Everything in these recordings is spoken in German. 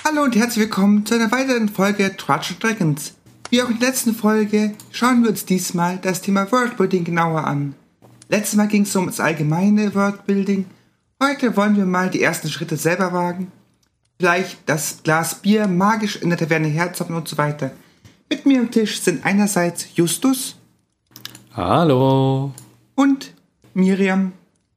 Hallo und herzlich willkommen zu einer weiteren Folge Dungeons & Dragons. Wie auch in der letzten Folge schauen wir uns diesmal das Thema Worldbuilding genauer an. Letztes Mal ging es um das allgemeine Worldbuilding. Heute wollen wir mal die ersten Schritte selber wagen. Vielleicht das Glas Bier magisch in der Taverne herzappen und so weiter. Mit mir am Tisch sind einerseits Justus. Hallo. Und Miriam.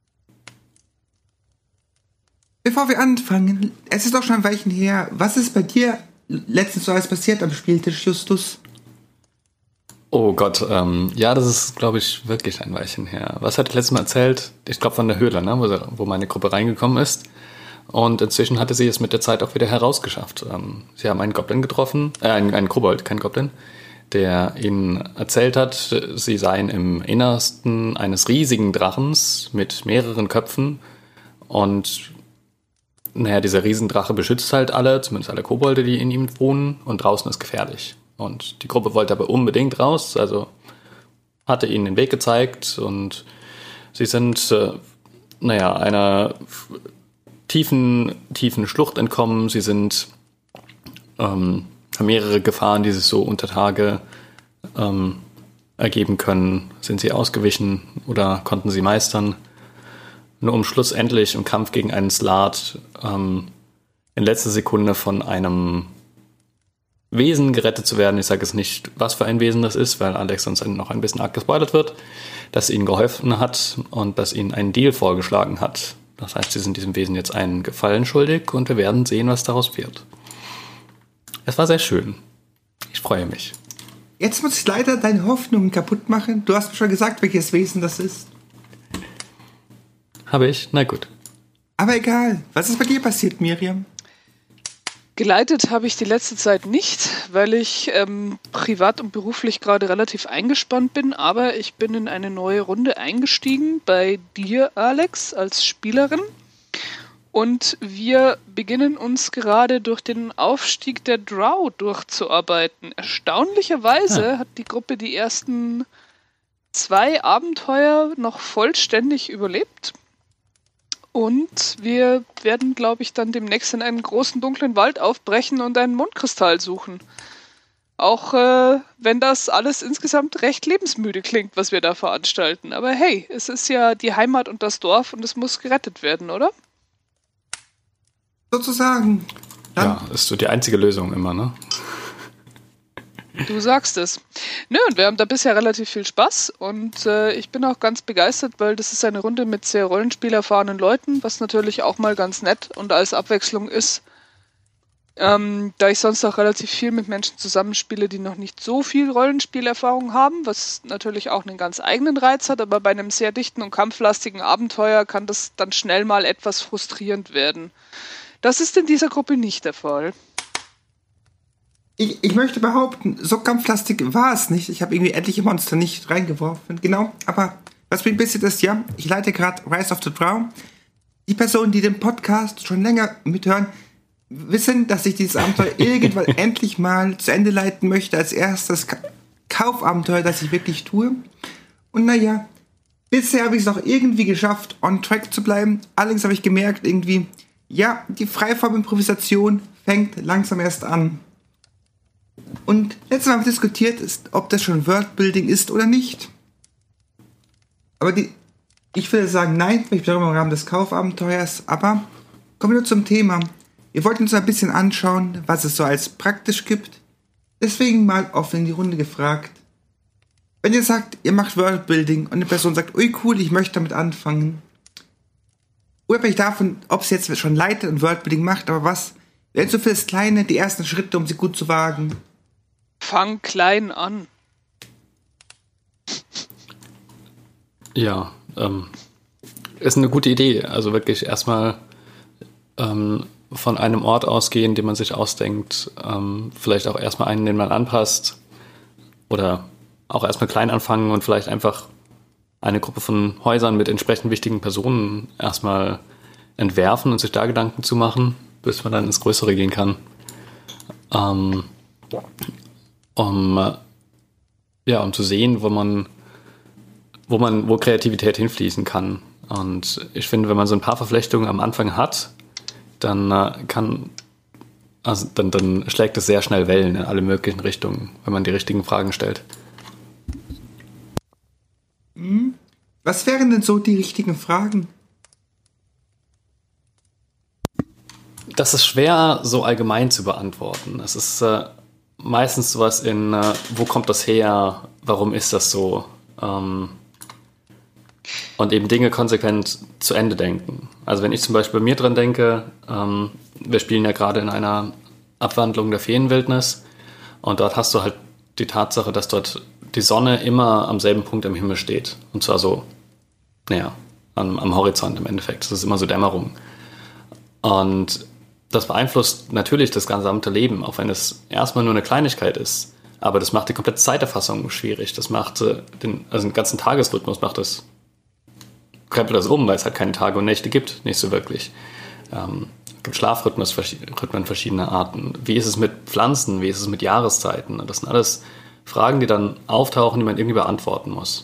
Bevor wir anfangen, es ist doch schon ein Weilchen her. Was ist bei dir letztens so alles passiert am Spieltisch, Justus? Oh Gott, ja, das ist, glaube ich, wirklich ein Weilchen her. Was hatte ich letztes Mal erzählt? Ich glaube von der Höhle, ne? wo meine Gruppe reingekommen ist. Und inzwischen hatte sie es mit der Zeit auch wieder herausgeschafft. Sie haben einen Goblin getroffen, einen Kobold, kein Goblin, der ihnen erzählt hat, sie seien im Innersten eines riesigen Drachens mit mehreren Köpfen. Und naja, dieser Riesendrache beschützt halt alle, zumindest alle Kobolde, die in ihm wohnen. Und draußen ist gefährlich. Und die Gruppe wollte aber unbedingt raus, also hatte ihnen den Weg gezeigt. Und sie sind, einer tiefen Schlucht entkommen. Sie sind, haben mehrere Gefahren, die sich so unter Tage ergeben können. Sind sie ausgewichen oder konnten sie meistern? Nur um schlussendlich im Kampf gegen einen Slat in letzter Sekunde von einem Wesen gerettet zu werden. Ich sage jetzt nicht, was für ein Wesen das ist, weil Alex sonst noch ein bisschen arg gespoilert wird, das ihnen geholfen hat und das ihnen einen Deal vorgeschlagen hat. Das heißt, sie sind diesem Wesen jetzt einen Gefallen schuldig und wir werden sehen, was daraus wird. Es war sehr schön. Ich freue mich. Jetzt muss ich leider deine Hoffnungen kaputt machen. Du hast mir schon gesagt, welches Wesen das ist. Habe ich? Na gut. Aber egal. Was ist bei dir passiert, Miriam? Geleitet habe ich die letzte Zeit nicht, weil ich privat und beruflich gerade relativ eingespannt bin, aber ich bin in eine neue Runde eingestiegen bei dir, Alex, als Spielerin. Und wir beginnen uns gerade durch den Aufstieg der Drow durchzuarbeiten. Erstaunlicherweise hat die Gruppe die ersten 2 Abenteuer noch vollständig überlebt. Und wir werden, glaube ich, dann demnächst in einen großen dunklen Wald aufbrechen und einen Mondkristall suchen. Auch wenn das alles insgesamt recht lebensmüde klingt, was wir da veranstalten. Aber hey, es ist ja die Heimat und das Dorf und es muss gerettet werden, oder? Sozusagen. Ja, ist so die einzige Lösung immer, ne? Du sagst es. Nö, und wir haben da bisher relativ viel Spaß und ich bin auch ganz begeistert, weil das ist eine Runde mit sehr rollenspielerfahrenen Leuten, was natürlich auch mal ganz nett und als Abwechslung ist. Da ich sonst auch relativ viel mit Menschen zusammenspiele, die noch nicht so viel Rollenspielerfahrung haben, was natürlich auch einen ganz eigenen Reiz hat, aber bei einem sehr dichten und kampflastigen Abenteuer kann das dann schnell mal etwas frustrierend werden. Das ist in dieser Gruppe nicht der Fall. Ich möchte behaupten, so kampflastig war es nicht. Ich habe irgendwie etliche Monster nicht reingeworfen. Genau, aber was mich ein bisschen ist, ja, ich leite gerade Rise of the Drow. Die Personen, die den Podcast schon länger mithören, wissen, dass ich dieses Abenteuer irgendwann endlich mal zu Ende leiten möchte, als erstes Kaufabenteuer, das ich wirklich tue. Und naja, bisher habe ich es noch irgendwie geschafft, on track zu bleiben. Allerdings habe ich gemerkt, irgendwie, ja, die Freiform-Improvisation fängt langsam erst an. Und letztes Mal haben wir diskutiert, ob das schon Worldbuilding ist oder nicht. Aber ich würde sagen, nein, ich bin darüber im Rahmen des Kaufabenteuers. Aber kommen wir nur zum Thema. Wir wollten uns ein bisschen anschauen, was es so als praktisch gibt. Deswegen mal offen in die Runde gefragt. Wenn ihr sagt, ihr macht Worldbuilding und eine Person sagt, ui cool, ich möchte damit anfangen. Unabhängig davon, ob sie jetzt schon leitet und Worldbuilding macht, aber was wären so für das Kleine die ersten Schritte, um sie gut zu wagen? Fang klein an. Ja, ist eine gute Idee. Also wirklich erstmal von einem Ort ausgehen, den man sich ausdenkt. Vielleicht auch erstmal einen, den man anpasst. Oder auch erstmal klein anfangen und vielleicht einfach eine Gruppe von Häusern mit entsprechend wichtigen Personen erstmal entwerfen und sich da Gedanken zu machen, bis man dann ins Größere gehen kann. Um zu sehen, wo Kreativität hinfließen kann. Und ich finde, wenn man so ein paar Verflechtungen am Anfang hat, dann kann Also dann schlägt es sehr schnell Wellen in alle möglichen Richtungen, wenn man die richtigen Fragen stellt. Was wären denn so die richtigen Fragen? Das ist schwer so allgemein zu beantworten. Es ist meistens sowas wo kommt das her, warum ist das so? Und eben Dinge konsequent zu Ende denken. Also wenn ich zum Beispiel bei mir dran denke, wir spielen ja gerade in einer Abwandlung der Feenwildnis und dort hast du halt die Tatsache, dass dort die Sonne immer am selben Punkt am Himmel steht. Und zwar so, am Horizont im Endeffekt. Das ist immer so Dämmerung. Und das beeinflusst natürlich das gesamte Leben, auch wenn es erstmal nur eine Kleinigkeit ist. Aber das macht die komplette Zeiterfassung schwierig. Das macht den ganzen Tagesrhythmus krempelt das um, weil es halt keine Tage und Nächte gibt, nicht so wirklich. Es gibt Schlafrhythmen verschiedener Arten. Wie ist es mit Pflanzen? Wie ist es mit Jahreszeiten? Das sind alles Fragen, die dann auftauchen, die man irgendwie beantworten muss.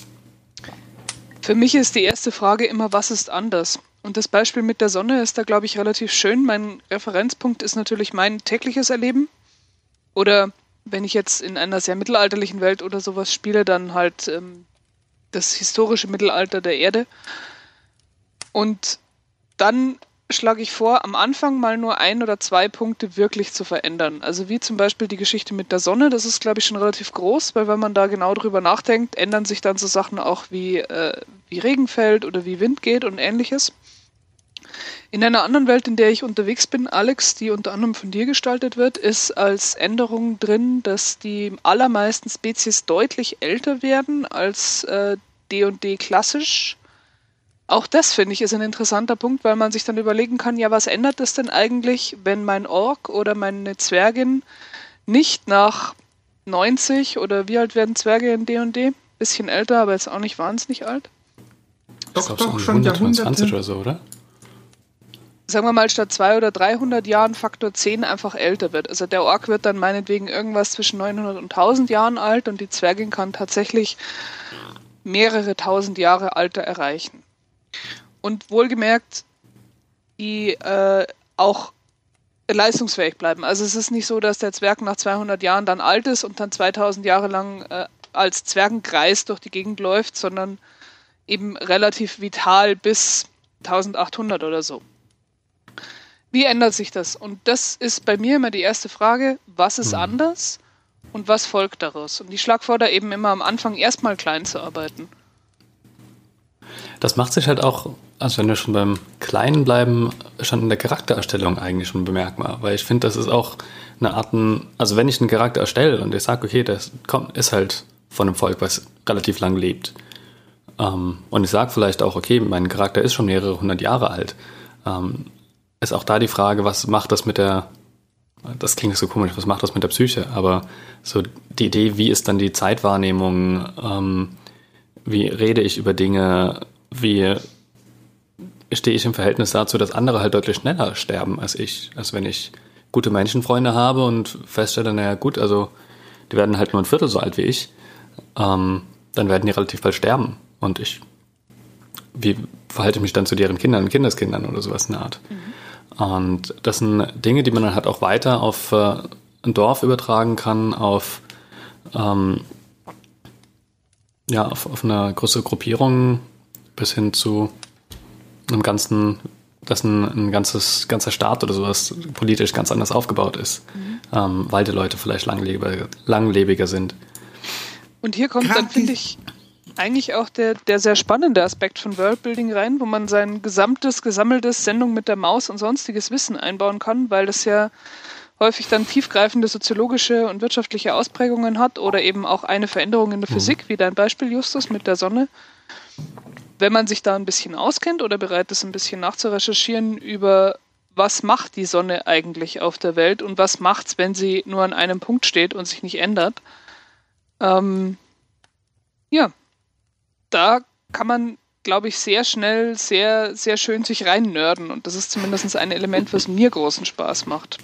Für mich ist die erste Frage immer, was ist anders? Und das Beispiel mit der Sonne ist da, glaube ich, relativ schön. Mein Referenzpunkt ist natürlich mein tägliches Erleben. Oder wenn ich jetzt in einer sehr mittelalterlichen Welt oder sowas spiele, dann halt das historische Mittelalter der Erde. Und dann schlage ich vor, am Anfang mal nur 1 oder 2 Punkte wirklich zu verändern. Also wie zum Beispiel die Geschichte mit der Sonne, das ist, glaube ich, schon relativ groß, weil wenn man da genau drüber nachdenkt, ändern sich dann so Sachen auch wie Regen fällt oder wie Wind geht und ähnliches. In einer anderen Welt, in der ich unterwegs bin, Alex, die unter anderem von dir gestaltet wird, ist als Änderung drin, dass die allermeisten Spezies deutlich älter werden als D&D klassisch. Auch das, finde ich, ist ein interessanter Punkt, weil man sich dann überlegen kann, ja, was ändert das denn eigentlich, wenn mein Ork oder meine Zwergin nicht nach 90 oder wie alt werden Zwerge in D&D? Bisschen älter, aber jetzt auch nicht wahnsinnig alt. Doch, schon 120 oder so, oder? Sagen wir mal, statt 200 oder 300 Jahren Faktor 10 einfach älter wird. Also der Ork wird dann meinetwegen irgendwas zwischen 900 und 1000 Jahren alt und die Zwergin kann tatsächlich mehrere tausend Jahre Alter erreichen. Und wohlgemerkt, die auch leistungsfähig bleiben. Also es ist nicht so, dass der Zwerg nach 200 Jahren dann alt ist und dann 2000 Jahre lang als Zwergenkreis durch die Gegend läuft, sondern eben relativ vital bis 1800 oder so. Wie ändert sich das? Und das ist bei mir immer die erste Frage, was ist anders und was folgt daraus? Und ich schlage vor, da eben immer am Anfang erstmal klein zu arbeiten. Das macht sich halt auch, also wenn wir schon beim Kleinen bleiben, schon in der Charaktererstellung eigentlich schon bemerkbar. Weil ich finde, das ist auch eine Art, also wenn ich einen Charakter erstelle und ich sage, okay, das ist halt von einem Volk, was relativ lang lebt. Und ich sage vielleicht auch, okay, mein Charakter ist schon mehrere 100 Jahre alt. Ist auch da die Frage, was macht das mit der, das klingt so komisch, was macht das mit der Psyche? Aber so die Idee, wie ist dann die Zeitwahrnehmung, wie rede ich über Dinge, wie stehe ich im Verhältnis dazu, dass andere halt deutlich schneller sterben als ich. Also wenn ich gute Menschenfreunde habe und feststelle, naja gut, also die werden halt nur ein Viertel so alt wie ich, dann werden die relativ bald sterben. Und wie verhalte ich mich dann zu deren Kindern und Kindeskindern oder sowas in der Art? Und das sind Dinge, die man dann halt auch weiter auf ein Dorf übertragen kann, auf eine größere Gruppierung bis hin zu einem ganzen, dass ein ganzer Staat oder sowas politisch ganz anders aufgebaut ist, weil die Leute vielleicht langlebiger sind. Und hier kommt dann, finde ich, eigentlich auch der sehr spannende Aspekt von Worldbuilding rein, wo man sein gesammeltes Sendung mit der Maus und sonstiges Wissen einbauen kann, weil das ja häufig dann tiefgreifende soziologische und wirtschaftliche Ausprägungen hat oder eben auch eine Veränderung in der Physik, wie dein Beispiel, Justus, mit der Sonne. Wenn man sich da ein bisschen auskennt oder bereit ist, ein bisschen nachzurecherchieren über, was macht die Sonne eigentlich auf der Welt und was macht's, wenn sie nur an einem Punkt steht und sich nicht ändert, da kann man, glaube ich, sehr schnell, sehr, sehr schön sich rein nörden. Und das ist zumindest ein Element, was mir großen Spaß macht.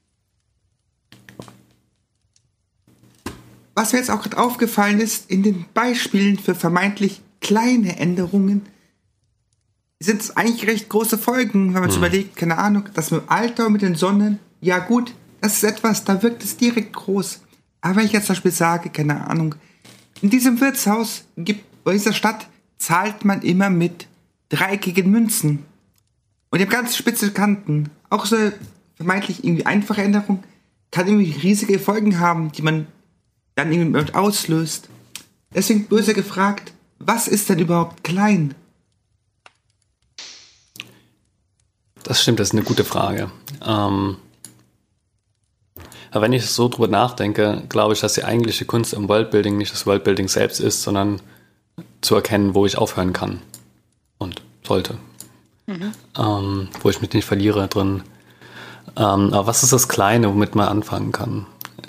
Was mir jetzt auch gerade aufgefallen ist, in den Beispielen für vermeintlich kleine Änderungen sind es eigentlich recht große Folgen, wenn man sich überlegt, keine Ahnung, das mit dem Alter und mit den Sonnen ja gut, das ist etwas, da wirkt es direkt groß. Aber wenn ich jetzt zum Beispiel sage, keine Ahnung, in diesem Wirtshaus bei dieser Stadt zahlt man immer mit dreieckigen Münzen. Und die haben ganz spitze Kanten. Auch so eine vermeintlich irgendwie einfache Änderung kann irgendwie riesige Folgen haben, die man dann irgendwie auslöst. Deswegen böse gefragt, was ist denn überhaupt klein? Das stimmt, das ist eine gute Frage. Aber wenn ich so drüber nachdenke, glaube ich, dass die eigentliche Kunst im Worldbuilding nicht das Worldbuilding selbst ist, sondern zu erkennen, wo ich aufhören kann und sollte. Wo ich mich nicht verliere drin. Aber was ist das Kleine, womit man anfangen kann?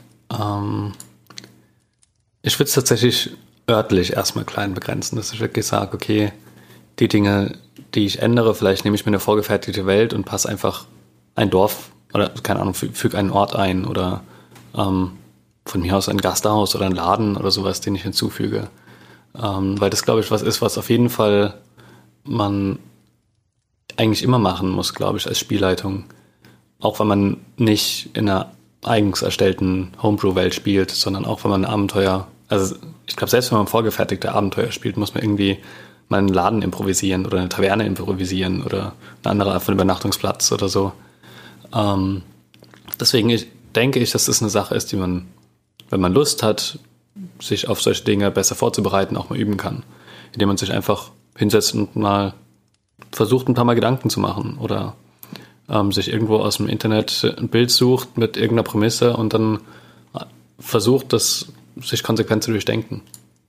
Ich würde es tatsächlich örtlich erstmal klein begrenzen, dass ich wirklich sage, okay, die Dinge, die ich ändere, vielleicht nehme ich mir eine vorgefertigte Welt und passe einfach ein Dorf oder, keine Ahnung, füge einen Ort ein oder von mir aus ein Gasthaus oder ein Laden oder sowas, den ich hinzufüge. Weil das, glaube ich, was ist, was auf jeden Fall man eigentlich immer machen muss, glaube ich, als Spielleitung. Auch wenn man nicht in einer eigens erstellten Homebrew-Welt spielt, sondern auch wenn man ein Abenteuer, also ich glaube, selbst wenn man vorgefertigte Abenteuer spielt, muss man irgendwie mal einen Laden improvisieren oder eine Taverne improvisieren oder eine andere Art von Übernachtungsplatz oder so. Deswegen denke ich, dass das eine Sache ist, die man, wenn man Lust hat, sich auf solche Dinge besser vorzubereiten, auch mal üben kann. Indem man sich einfach hinsetzt und mal versucht, ein paar Mal Gedanken zu machen oder sich irgendwo aus dem Internet ein Bild sucht mit irgendeiner Prämisse und dann versucht, das sich konsequent zu durchdenken.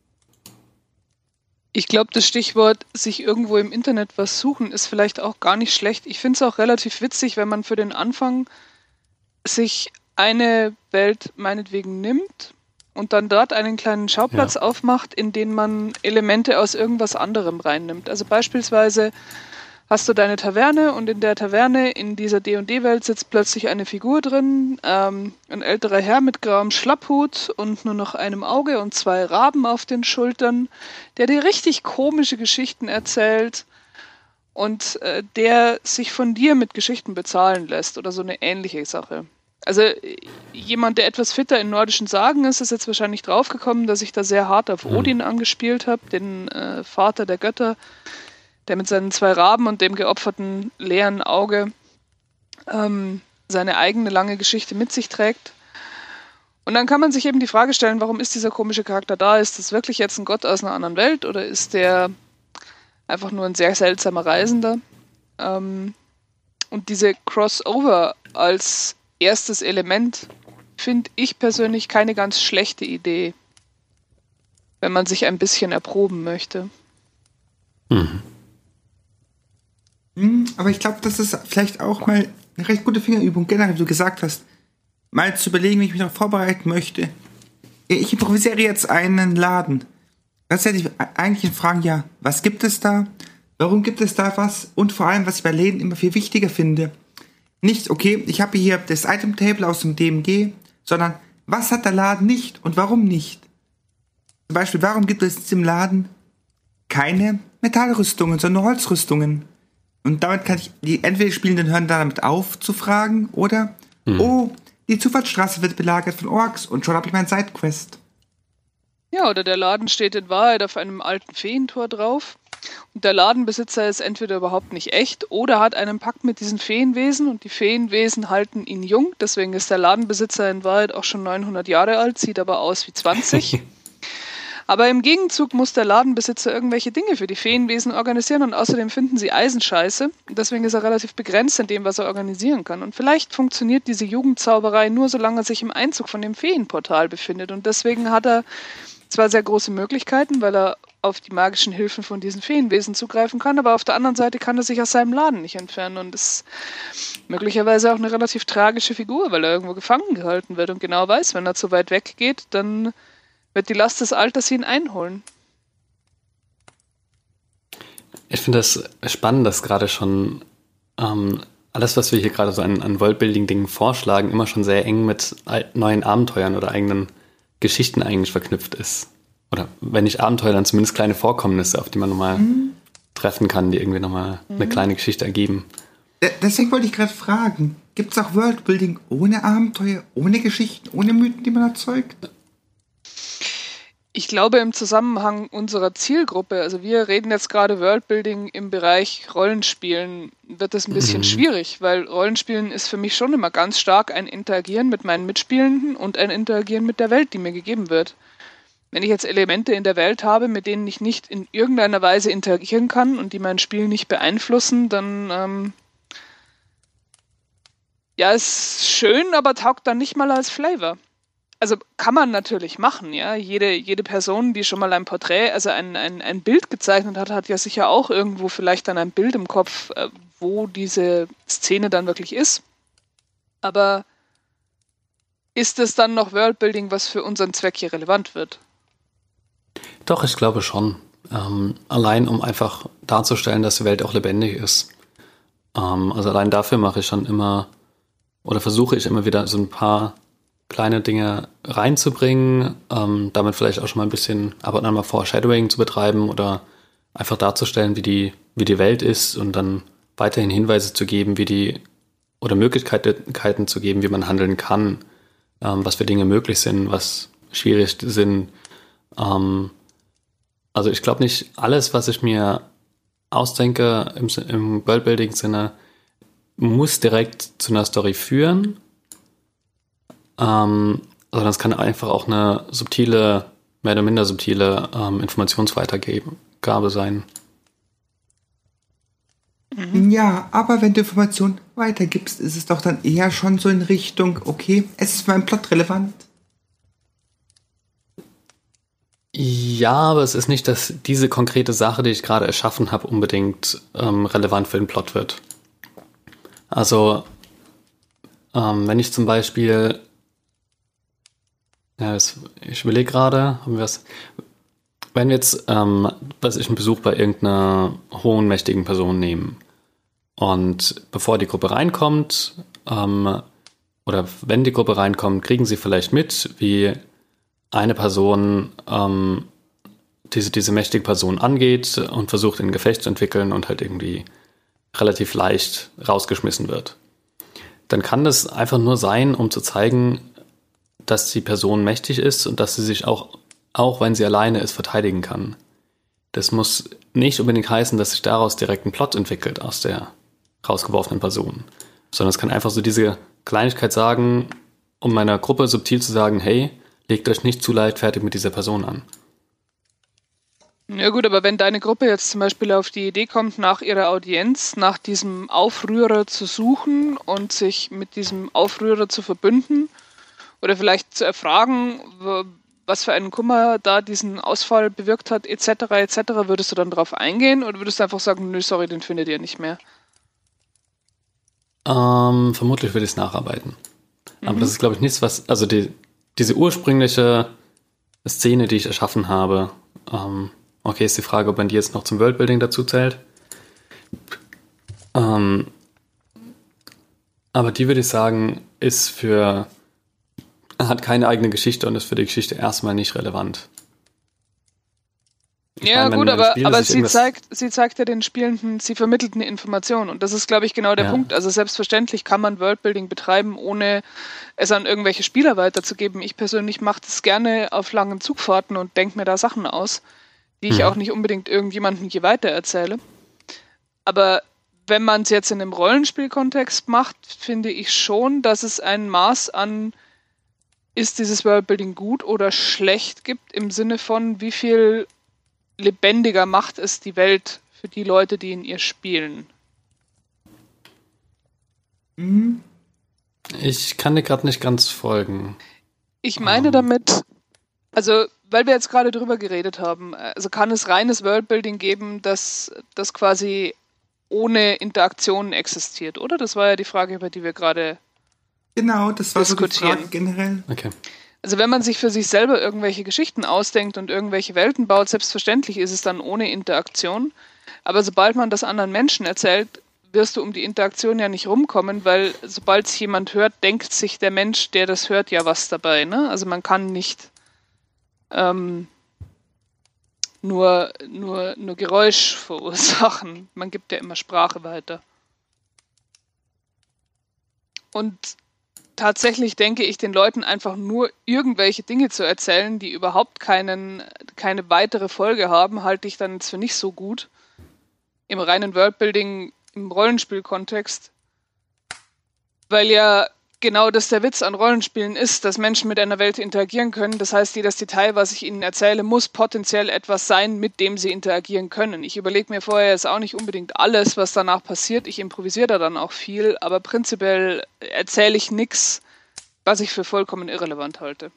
Ich glaube, das Stichwort sich irgendwo im Internet was suchen ist vielleicht auch gar nicht schlecht. Ich finde es auch relativ witzig, wenn man für den Anfang sich eine Welt meinetwegen nimmt und dann dort einen kleinen Schauplatz aufmacht, in den man Elemente aus irgendwas anderem reinnimmt. Also beispielsweise hast du deine Taverne und in der Taverne in dieser D&D-Welt sitzt plötzlich eine Figur drin, ein älterer Herr mit grauem Schlapphut und nur noch einem Auge und 2 Raben auf den Schultern, der dir richtig komische Geschichten erzählt und der sich von dir mit Geschichten bezahlen lässt oder so eine ähnliche Sache. Also jemand, der etwas fitter in nordischen Sagen ist, ist jetzt wahrscheinlich draufgekommen, dass ich da sehr hart auf Odin angespielt habe, den Vater der Götter, der mit seinen 2 Raben und dem geopferten leeren Auge seine eigene lange Geschichte mit sich trägt. Und dann kann man sich eben die Frage stellen, warum ist dieser komische Charakter da? Ist das wirklich jetzt ein Gott aus einer anderen Welt oder ist der einfach nur ein sehr seltsamer Reisender? Und diese Crossover als erstes Element finde ich persönlich keine ganz schlechte Idee, wenn man sich ein bisschen erproben möchte. Aber ich glaube, das ist vielleicht auch mal eine recht gute Fingerübung, generell, wie du gesagt hast, mal zu überlegen, wie ich mich darauf vorbereiten möchte. Ich improvisiere jetzt einen Laden. Das hätte ich eigentlich fragen, ja, was gibt es da? Warum gibt es da was? Und vor allem, was ich bei Läden immer viel wichtiger finde, nicht, okay, ich habe hier das Item-Table aus dem DMG, sondern was hat der Laden nicht und warum nicht? Zum Beispiel, warum gibt es in diesem Laden keine Metallrüstungen, sondern nur Holzrüstungen? Und damit kann ich die entweder Spielenden hören damit auf zu fragen oder oh, die Zufahrtsstraße wird belagert von Orks und schon habe ich meinen Sidequest. Ja, oder der Laden steht in Wahrheit auf einem alten Feentor drauf und der Ladenbesitzer ist entweder überhaupt nicht echt oder hat einen Pakt mit diesen Feenwesen und die Feenwesen halten ihn jung, deswegen ist der Ladenbesitzer in Wahrheit auch schon 900 Jahre alt, sieht aber aus wie 20. Aber im Gegenzug muss der Ladenbesitzer irgendwelche Dinge für die Feenwesen organisieren und außerdem finden sie Eisenscheiße. Deswegen ist er relativ begrenzt in dem, was er organisieren kann. Und vielleicht funktioniert diese Jugendzauberei nur, solange er sich im Einzug von dem Feenportal befindet. Und deswegen hat er zwar sehr große Möglichkeiten, weil er auf die magischen Hilfen von diesen Feenwesen zugreifen kann, aber auf der anderen Seite kann er sich aus seinem Laden nicht entfernen und ist möglicherweise auch eine relativ tragische Figur, weil er irgendwo gefangen gehalten wird und genau weiß, wenn er zu weit weg geht, dann wird die Last des Alters ihn einholen. Ich finde das spannend, dass gerade schon alles, was wir hier gerade so an Worldbuilding-Dingen vorschlagen, immer schon sehr eng mit neuen Abenteuern oder eigenen Geschichten eigentlich verknüpft ist. Oder wenn nicht Abenteuer, dann zumindest kleine Vorkommnisse, auf die man nochmal treffen kann, die irgendwie nochmal eine kleine Geschichte ergeben. Deswegen wollte ich gerade fragen, gibt es auch Worldbuilding ohne Abenteuer, ohne Geschichten, ohne Mythen, die man erzeugt? Ich glaube, im Zusammenhang unserer Zielgruppe, also wir reden jetzt gerade Worldbuilding im Bereich Rollenspielen, wird das ein bisschen schwierig, weil Rollenspielen ist für mich schon immer ganz stark ein Interagieren mit meinen Mitspielenden und ein Interagieren mit der Welt, die mir gegeben wird. Wenn ich jetzt Elemente in der Welt habe, mit denen ich nicht in irgendeiner Weise interagieren kann und die mein Spiel nicht beeinflussen, dann ja, ist schön, aber taugt dann nicht mal als Flavor. Also kann man natürlich machen, ja. Jede Person, die schon mal ein Porträt, also ein Bild gezeichnet hat, hat ja sicher auch irgendwo vielleicht dann ein Bild im Kopf, wo diese Szene dann wirklich ist. Aber ist es dann noch Worldbuilding, was für unseren Zweck hier relevant wird? Doch, ich glaube schon. Allein um einfach darzustellen, dass die Welt auch lebendig ist. Also allein dafür mache ich schon immer, oder versuche ich immer wieder so ein paar kleine Dinge reinzubringen, damit vielleicht auch schon mal ein bisschen ab und an mal Foreshadowing zu betreiben oder einfach darzustellen, wie die Welt ist und dann weiterhin Hinweise zu geben, oder Möglichkeiten zu geben, wie man handeln kann, was für Dinge möglich sind, was schwierig sind. Also ich glaube nicht, alles, was ich mir ausdenke im Worldbuilding-Sinne, muss direkt zu einer Story führen. Sondern es kann einfach auch eine subtile, mehr oder minder subtile Informationsweitergabe sein. Ja, aber wenn du Informationen weitergibst, ist es doch dann eher schon so in Richtung, okay, es ist für meinen Plot relevant. Ja, aber es ist nicht, dass diese konkrete Sache, die ich gerade erschaffen habe, unbedingt relevant für den Plot wird. Also, wenn ich zum Beispiel ich überlege gerade, wenn wir jetzt, einen Besuch bei irgendeiner hohen, mächtigen Person nehmen und bevor die Gruppe reinkommt, oder wenn die Gruppe reinkommt, kriegen sie vielleicht mit, wie eine Person diese mächtige Person angeht und versucht, ein Gefecht zu entwickeln und halt irgendwie relativ leicht rausgeschmissen wird. Dann kann das einfach nur sein, um zu zeigen, dass die Person mächtig ist und dass sie sich auch wenn sie alleine ist, verteidigen kann. Das muss nicht unbedingt heißen, dass sich daraus direkt ein Plot entwickelt aus der rausgeworfenen Person, sondern es kann einfach so diese Kleinigkeit sagen, um meiner Gruppe subtil zu sagen, hey, legt euch nicht zu leichtfertig mit dieser Person an. Ja gut, aber wenn deine Gruppe jetzt zum Beispiel auf die Idee kommt, nach ihrer Audienz, nach diesem Aufrührer zu suchen und sich mit diesem Aufrührer zu verbünden, oder vielleicht zu erfragen, was für einen Kummer da diesen Ausfall bewirkt hat, etc., würdest du dann darauf eingehen oder würdest du einfach sagen, nö, sorry, den findet ihr nicht mehr? Vermutlich würde ich es nacharbeiten. Aber das ist, glaube ich, nichts, also diese ursprüngliche Szene, die ich erschaffen habe, okay, ist die Frage, ob man die jetzt noch zum Worldbuilding dazu zählt. Aber die, würde ich sagen, hat keine eigene Geschichte und ist für die Geschichte erstmal nicht relevant. Aber sie zeigt ja den Spielenden, sie vermittelt eine Information und das ist, glaube ich, genau der Punkt. Also selbstverständlich kann man Worldbuilding betreiben, ohne es an irgendwelche Spieler weiterzugeben. Ich persönlich mache das gerne auf langen Zugfahrten und denke mir da Sachen aus, die ich auch nicht unbedingt irgendjemandem je weiter erzähle. Aber wenn man es jetzt in einem Rollenspielkontext macht, finde ich schon, dass es ein Maß an ist dieses Worldbuilding gut oder schlecht gibt, im Sinne von, wie viel lebendiger macht es die Welt für die Leute, die in ihr spielen. Ich kann dir gerade nicht ganz folgen. Ich meine damit, also weil wir jetzt gerade drüber geredet haben, also kann es reines Worldbuilding geben, das quasi ohne Interaktionen existiert, oder? Das war ja die Frage, über die wir gerade Genau, das war diskutieren. So die Frage generell. Okay. Also wenn man sich für sich selber irgendwelche Geschichten ausdenkt und irgendwelche Welten baut, selbstverständlich ist es dann ohne Interaktion. Aber sobald man das anderen Menschen erzählt, wirst du um die Interaktion ja nicht rumkommen, weil sobald es jemand hört, denkt sich der Mensch, der das hört, ja was dabei. Ne? Also man kann nicht nur Geräusch verursachen. Man gibt ja immer Sprache weiter. Und tatsächlich denke ich, den Leuten einfach nur irgendwelche Dinge zu erzählen, die überhaupt keine weitere Folge haben, halte ich dann jetzt für nicht so gut. Im reinen Worldbuilding, im Rollenspielkontext. Weil ja genau das der Witz an Rollenspielen ist, dass Menschen mit einer Welt interagieren können. Das heißt, jedes Detail, was ich ihnen erzähle, muss potenziell etwas sein, mit dem sie interagieren können. Ich überlege mir vorher jetzt auch nicht unbedingt alles, was danach passiert. Ich improvisiere da dann auch viel, aber prinzipiell erzähle ich nichts, was ich für vollkommen irrelevant halte.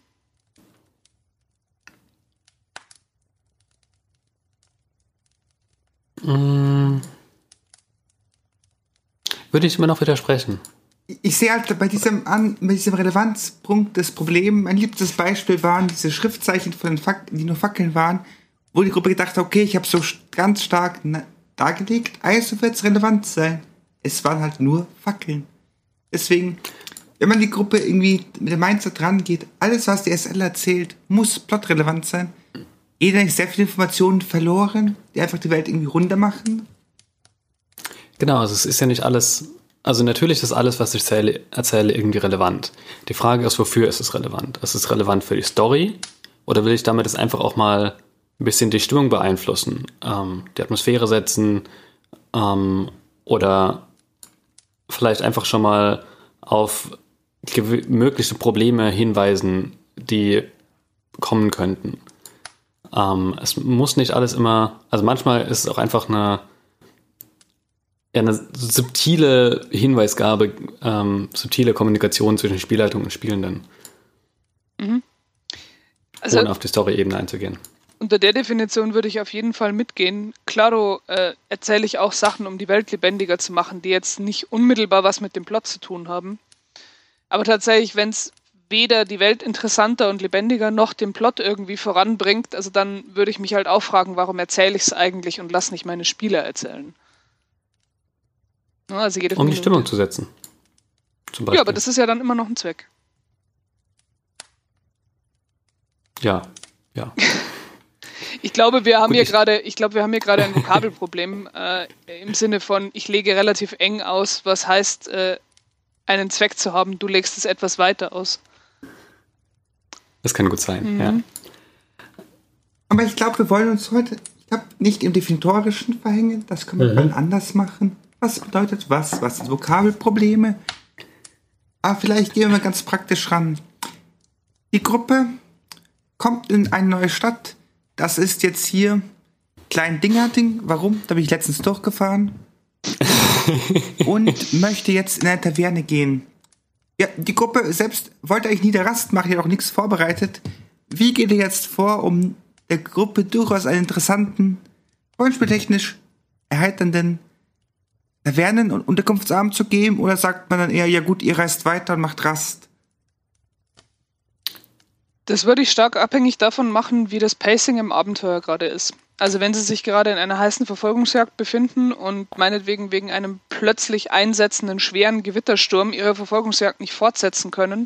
Würde ich immer noch widersprechen. Ich sehe halt bei diesem Relevanzpunkt das Problem. Mein liebstes Beispiel waren diese Schriftzeichen von den die nur Fackeln waren, wo die Gruppe gedacht hat, okay, ich habe so ganz stark dargelegt, also wird es relevant sein. Es waren halt nur Fackeln. Deswegen, wenn man die Gruppe irgendwie mit dem Mindset rangeht, alles, was die SL erzählt, muss plotrelevant sein. Jeder hat sehr viele Informationen verloren, die einfach die Welt irgendwie runder machen. Genau, also es ist ja nicht alles. Also natürlich ist alles, was ich erzähle, irgendwie relevant. Die Frage ist, wofür ist es relevant? Ist es relevant für die Story? Oder will ich damit jetzt einfach auch mal ein bisschen die Stimmung beeinflussen? Die Atmosphäre setzen? Oder vielleicht einfach schon mal auf mögliche Probleme hinweisen, die kommen könnten. Es muss nicht alles immer... Also manchmal ist es auch einfach eine subtile Hinweisgabe, subtile Kommunikation zwischen Spielleitung und Spielenden. Mhm. Also, ohne auf die Story-Ebene einzugehen. Unter der Definition würde ich auf jeden Fall mitgehen. Klaro erzähle ich auch Sachen, um die Welt lebendiger zu machen, die jetzt nicht unmittelbar was mit dem Plot zu tun haben. Aber tatsächlich, wenn es weder die Welt interessanter und lebendiger noch den Plot irgendwie voranbringt, also dann würde ich mich halt auch fragen, warum erzähle ich es eigentlich und lass nicht meine Spieler erzählen. Also um die Stimmung zu setzen. Zum Beispiel. Ja, aber das ist ja dann immer noch ein Zweck. Ja. Ich glaube, wir haben hier gerade ein Vokabelproblem im Sinne von, ich lege relativ eng aus, was heißt, einen Zweck zu haben. Du legst es etwas weiter aus. Das kann gut sein, ja. Aber ich glaube, wir wollen uns heute, nicht im Definitorischen verhängen. Das können wir mal anders machen. Was bedeutet was? Was sind Vokabelprobleme? Aber vielleicht gehen wir mal ganz praktisch ran. Die Gruppe kommt in eine neue Stadt. Das ist jetzt hier Klein-Dinger-Ding. Warum? Da bin ich letztens durchgefahren. Und möchte jetzt in eine Taverne gehen. Ja, die Gruppe selbst wollte eigentlich nie der Rast machen, die hat auch nichts vorbereitet. Wie geht ihr jetzt vor, um der Gruppe durchaus einen interessanten, rollenspieltechnisch erheiternden Tavernen- und Unterkunftsabend zu geben? Oder sagt man dann eher, ja gut, ihr reist weiter und macht Rast? Das würde ich stark abhängig davon machen, wie das Pacing im Abenteuer gerade ist. Also wenn sie sich gerade in einer heißen Verfolgungsjagd befinden und meinetwegen wegen einem plötzlich einsetzenden schweren Gewittersturm ihre Verfolgungsjagd nicht fortsetzen können,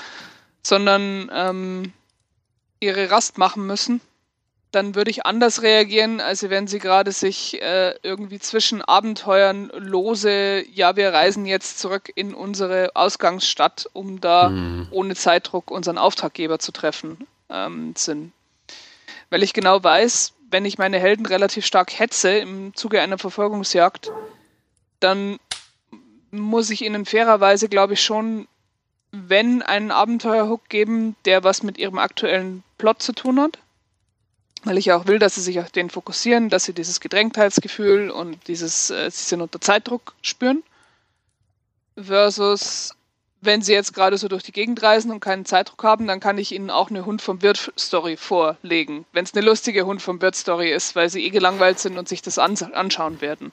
sondern ihre Rast machen müssen, dann würde ich anders reagieren, als wenn sie gerade sich irgendwie zwischen Abenteuern lose, ja, wir reisen jetzt zurück in unsere Ausgangsstadt, um da ohne Zeitdruck unseren Auftraggeber zu treffen, sind. Weil ich genau weiß, wenn ich meine Helden relativ stark hetze im Zuge einer Verfolgungsjagd, dann muss ich ihnen fairerweise, glaube ich, schon, wenn einen Abenteuerhook geben, der was mit ihrem aktuellen Plot zu tun hat. Weil ich ja auch will, dass sie sich auf den fokussieren, dass sie dieses Gedrängtheitsgefühl und sie sind unter Zeitdruck spüren. Versus, wenn sie jetzt gerade so durch die Gegend reisen und keinen Zeitdruck haben, dann kann ich ihnen auch eine Hund vom Wirt-Story vorlegen. Wenn es eine lustige Hund vom Wirt-Story ist, weil sie gelangweilt sind und sich das anschauen werden.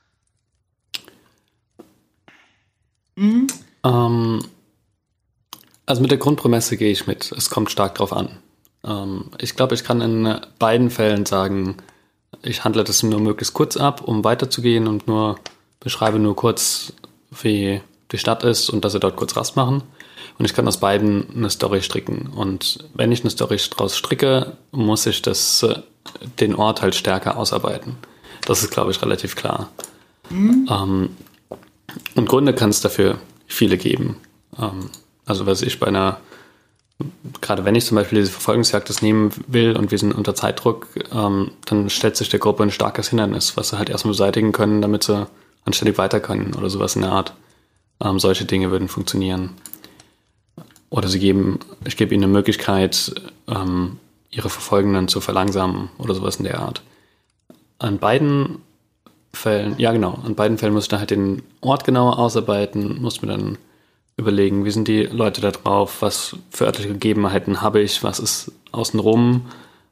Also mit der Grundprämisse gehe ich mit. Es kommt stark drauf an. Ich glaube, ich kann in beiden Fällen sagen, ich handle das nur möglichst kurz ab, um weiterzugehen und beschreibe nur kurz, wie die Stadt ist und dass sie dort kurz Rast machen. Und ich kann aus beiden eine Story stricken. Und wenn ich eine Story draus stricke, muss ich den Ort halt stärker ausarbeiten. Das ist, glaube ich, relativ klar. Und Gründe kann es dafür viele geben. Also was ich gerade wenn ich zum Beispiel diese Verfolgungsjagd das nehmen will und wir sind unter Zeitdruck, dann stellt sich der Gruppe ein starkes Hindernis, was sie halt erstmal beseitigen können, damit sie anständig weiter können oder sowas in der Art. Solche Dinge würden funktionieren. Oder ich gebe ihnen eine Möglichkeit, ihre Verfolgenden zu verlangsamen oder sowas in der Art. An beiden Fällen muss ich dann halt den Ort genauer ausarbeiten, muss mir dann überlegen, wie sind die Leute da drauf, was für örtliche Gegebenheiten habe ich, was ist außenrum,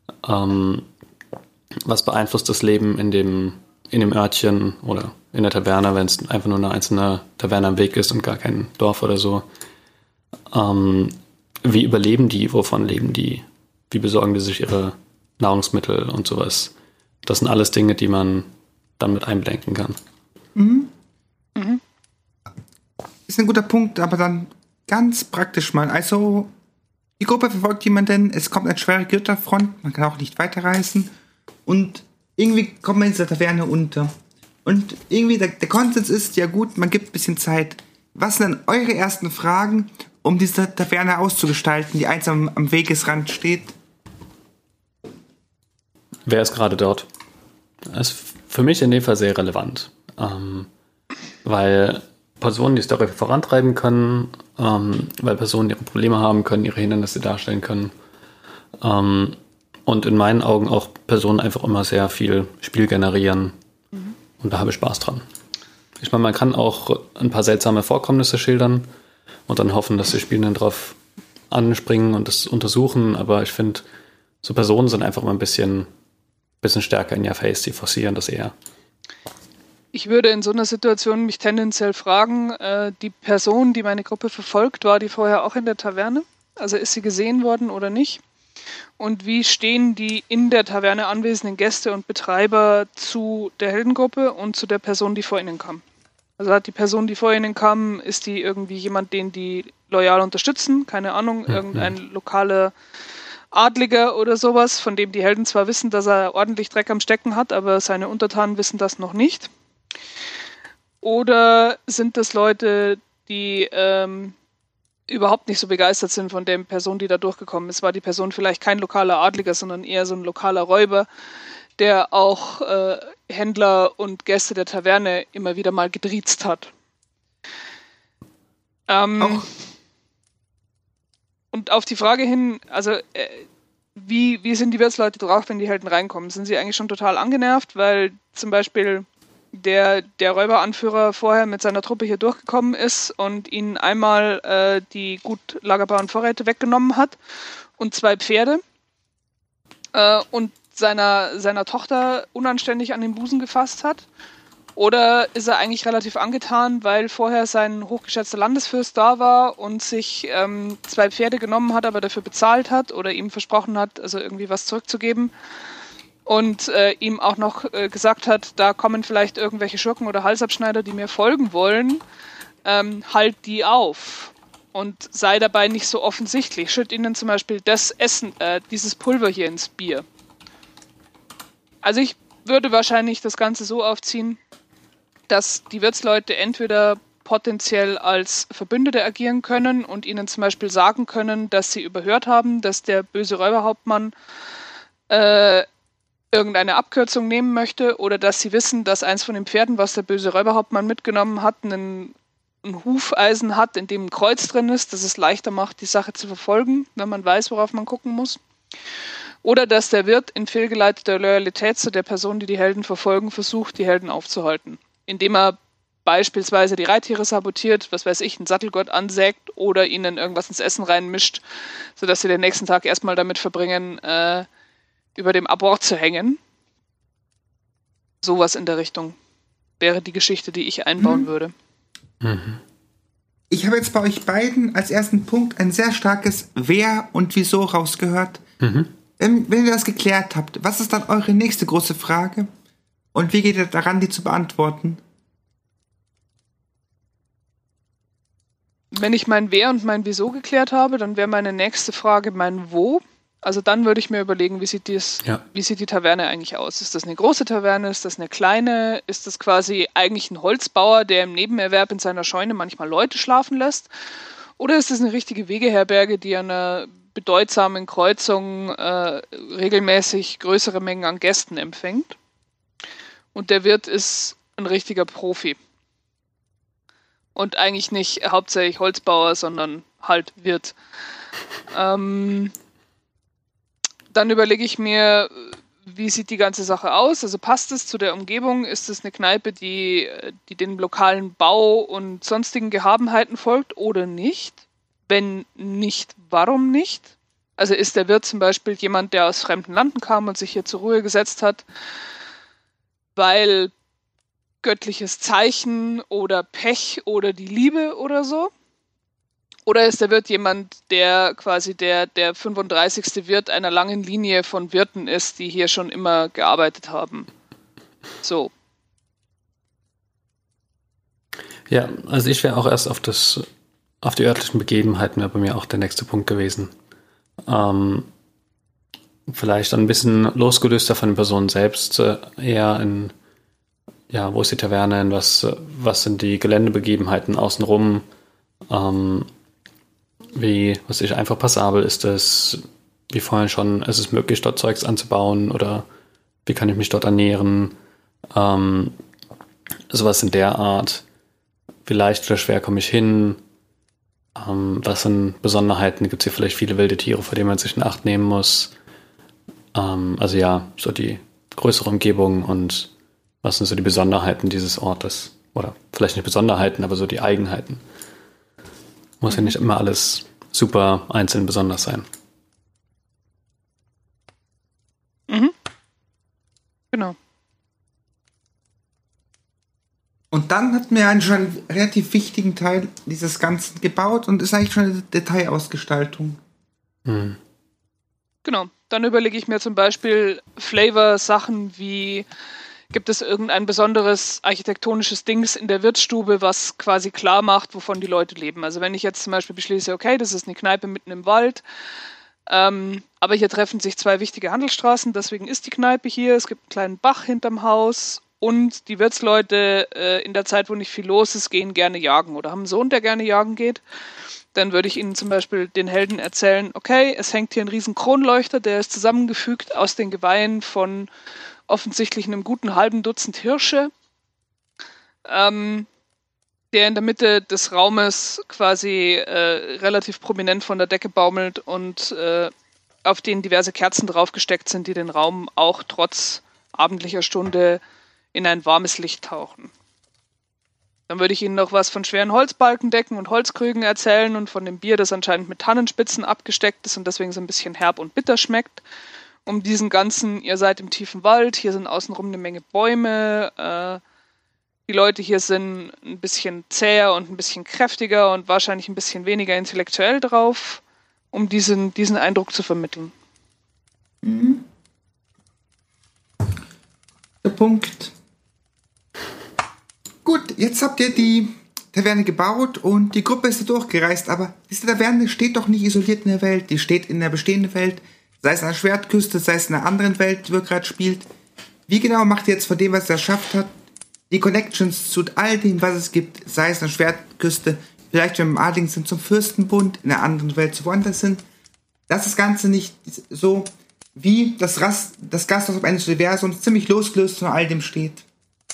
was beeinflusst das Leben in dem Örtchen oder in der Taverne, wenn es einfach nur eine einzelne Taverne am Weg ist und gar kein Dorf oder so. Wie überleben die, wovon leben die, wie besorgen die sich ihre Nahrungsmittel und sowas. Das sind alles Dinge, die man dann mit einbedenken kann. Ist ein guter Punkt, aber dann ganz praktisch mal. Also, die Gruppe verfolgt jemanden, es kommt eine schwere Gitterfront, man kann auch nicht weiterreisen und irgendwie kommt man in dieser Taverne unter. Und irgendwie der Konsens ist, ja gut, man gibt ein bisschen Zeit. Was sind dann eure ersten Fragen, um diese Taverne auszugestalten, die einsam am Wegesrand steht? Wer ist gerade dort? Das ist für mich in dem Fall sehr relevant, weil Personen die Story vorantreiben können, weil Personen ihre Probleme haben können, ihre Hindernisse darstellen können und in meinen Augen auch Personen einfach immer sehr viel Spiel generieren und da habe ich Spaß dran. Ich meine, man kann auch ein paar seltsame Vorkommnisse schildern und dann hoffen, dass die Spielenden drauf anspringen und das untersuchen, aber ich finde, so Personen sind einfach mal ein bisschen stärker in your face, die forcieren das eher. Ich würde in so einer Situation mich tendenziell fragen, die Person, die meine Gruppe verfolgt, war die vorher auch in der Taverne? Also ist sie gesehen worden oder nicht? Und wie stehen die in der Taverne anwesenden Gäste und Betreiber zu der Heldengruppe und zu der Person, die vor ihnen kam? Also hat die Person, die vor ihnen kam, ist die irgendwie jemand, den die loyal unterstützen? Keine Ahnung, irgendein lokaler Adliger oder sowas, von dem die Helden zwar wissen, dass er ordentlich Dreck am Stecken hat, aber seine Untertanen wissen das noch nicht. Oder sind das Leute, die überhaupt nicht so begeistert sind von der Person, die da durchgekommen ist? War die Person vielleicht kein lokaler Adliger, sondern eher so ein lokaler Räuber, der auch Händler und Gäste der Taverne immer wieder mal gedriezt hat? Und auf die Frage hin, also wie sind die Wirtsleute drauf, wenn die Helden reinkommen? Sind sie eigentlich schon total angenervt, weil zum Beispiel der Räuberanführer vorher mit seiner Truppe hier durchgekommen ist und ihnen einmal die gut lagerbaren Vorräte weggenommen hat und 2 Pferde und seiner Tochter unanständig an den Busen gefasst hat? Oder ist er eigentlich relativ angetan, weil vorher sein hochgeschätzter Landesfürst da war und sich 2 Pferde genommen hat, aber dafür bezahlt hat oder ihm versprochen hat, also irgendwie was zurückzugeben und ihm auch noch gesagt hat, da kommen vielleicht irgendwelche Schurken oder Halsabschneider, die mir folgen wollen, halt die auf und sei dabei nicht so offensichtlich. Schütt ihnen zum Beispiel das Essen, dieses Pulver hier ins Bier. Also ich würde wahrscheinlich das Ganze so aufziehen, dass die Wirtsleute entweder potenziell als Verbündete agieren können und ihnen zum Beispiel sagen können, dass sie überhört haben, dass der böse Räuberhauptmann irgendeine Abkürzung nehmen möchte oder dass sie wissen, dass eins von den Pferden, was der böse Räuberhauptmann mitgenommen hat, ein Hufeisen hat, in dem ein Kreuz drin ist, das es leichter macht, die Sache zu verfolgen, wenn man weiß, worauf man gucken muss. Oder dass der Wirt in fehlgeleiteter Loyalität zu der Person, die die Helden verfolgen, versucht, die Helden aufzuhalten. Indem er beispielsweise die Reittiere sabotiert, was weiß ich, einen Sattelgurt ansägt oder ihnen irgendwas ins Essen reinmischt, sodass sie den nächsten Tag erstmal damit verbringen, über dem Abort zu hängen. Sowas in der Richtung wäre die Geschichte, die ich einbauen würde. Ich habe jetzt bei euch beiden als ersten Punkt ein sehr starkes Wer und Wieso rausgehört. Wenn ihr das geklärt habt, was ist dann eure nächste große Frage? Und wie geht ihr daran, die zu beantworten? Wenn ich mein Wer und mein Wieso geklärt habe, dann wäre meine nächste Frage mein Wo. Also dann würde ich mir überlegen, wie sieht die Taverne eigentlich aus? Ist das eine große Taverne? Ist das eine kleine? Ist das quasi eigentlich ein Holzbauer, der im Nebenerwerb in seiner Scheune manchmal Leute schlafen lässt? Oder ist das eine richtige Wegeherberge, die an einer bedeutsamen Kreuzung regelmäßig größere Mengen an Gästen empfängt? Und der Wirt ist ein richtiger Profi. Und eigentlich nicht hauptsächlich Holzbauer, sondern halt Wirt. Dann überlege ich mir, wie sieht die ganze Sache aus? Also passt es zu der Umgebung? Ist es eine Kneipe, die den lokalen Bau und sonstigen Gegebenheiten folgt oder nicht? Wenn nicht, warum nicht? Also ist der Wirt zum Beispiel jemand, der aus fremden Landen kam und sich hier zur Ruhe gesetzt hat, weil göttliches Zeichen oder Pech oder die Liebe oder so? Oder ist der Wirt jemand, der quasi der 35. Wirt einer langen Linie von Wirten ist, die hier schon immer gearbeitet haben? So. Ja, also ich wäre auch erst auf die örtlichen Begebenheiten, wäre bei mir auch der nächste Punkt gewesen. Vielleicht ein bisschen losgelöster von den Personen selbst, eher in, ja, wo ist die Taverne, was sind die Geländebegebenheiten außenrum, einfach passabel ist es, wie vorhin schon, ist es möglich, dort Zeugs anzubauen oder wie kann ich mich dort ernähren, sowas in der Art, wie leicht oder schwer komme ich hin, was sind Besonderheiten, gibt es hier vielleicht viele wilde Tiere, vor denen man sich in Acht nehmen muss, also ja, so die größere Umgebung und was sind so die Besonderheiten dieses Ortes, oder vielleicht nicht Besonderheiten, aber so die Eigenheiten. Muss ja nicht immer alles super einzeln besonders sein. Mhm. Genau. Und dann hat mir einen schon relativ wichtigen Teil dieses Ganzen gebaut und ist eigentlich schon eine Detailausgestaltung. Mhm. Genau. Dann überlege ich mir zum Beispiel Flavor-Sachen wie: Gibt es irgendein besonderes architektonisches Dings in der Wirtsstube, was quasi klar macht, wovon die Leute leben? Also wenn ich jetzt zum Beispiel beschließe, okay, das ist eine Kneipe mitten im Wald, aber hier treffen sich zwei wichtige Handelsstraßen, deswegen ist die Kneipe hier, es gibt einen kleinen Bach hinterm Haus und die Wirtsleute in der Zeit, wo nicht viel los ist, gehen gerne jagen oder haben einen Sohn, der gerne jagen geht. Dann würde ich ihnen zum Beispiel den Helden erzählen, okay, es hängt hier ein riesen Kronleuchter, der ist zusammengefügt aus den Geweihen von offensichtlich einem guten halben Dutzend Hirsche, der in der Mitte des Raumes quasi relativ prominent von der Decke baumelt und auf denen diverse Kerzen draufgesteckt sind, die den Raum auch trotz abendlicher Stunde in ein warmes Licht tauchen. Dann würde ich ihnen noch was von schweren Holzbalkendecken und Holzkrügen erzählen und von dem Bier, das anscheinend mit Tannenspitzen abgesteckt ist und deswegen so ein bisschen herb und bitter schmeckt. Um diesen ganzen, ihr seid im tiefen Wald, hier sind außenrum eine Menge Bäume, die Leute hier sind ein bisschen zäher und ein bisschen kräftiger und wahrscheinlich ein bisschen weniger intellektuell drauf, um diesen Eindruck zu vermitteln. Mhm. Der Punkt. Gut, jetzt habt ihr die Taverne gebaut und die Gruppe ist da durchgereist, aber diese Taverne steht doch nicht isoliert in der Welt, die steht in der bestehenden Welt, sei es an der Schwertküste, sei es in einer anderen Welt, die ihr gerade spielt. Wie genau macht ihr jetzt von dem, was ihr erschafft habt, die Connections zu all dem, was es gibt, sei es an der Schwertküste, vielleicht wenn wir im Adling sind zum Fürstenbund, in einer anderen Welt zu woanders sind, dass das Ganze nicht so wie das Gasthaus eines Universums ziemlich losgelöst von all dem steht?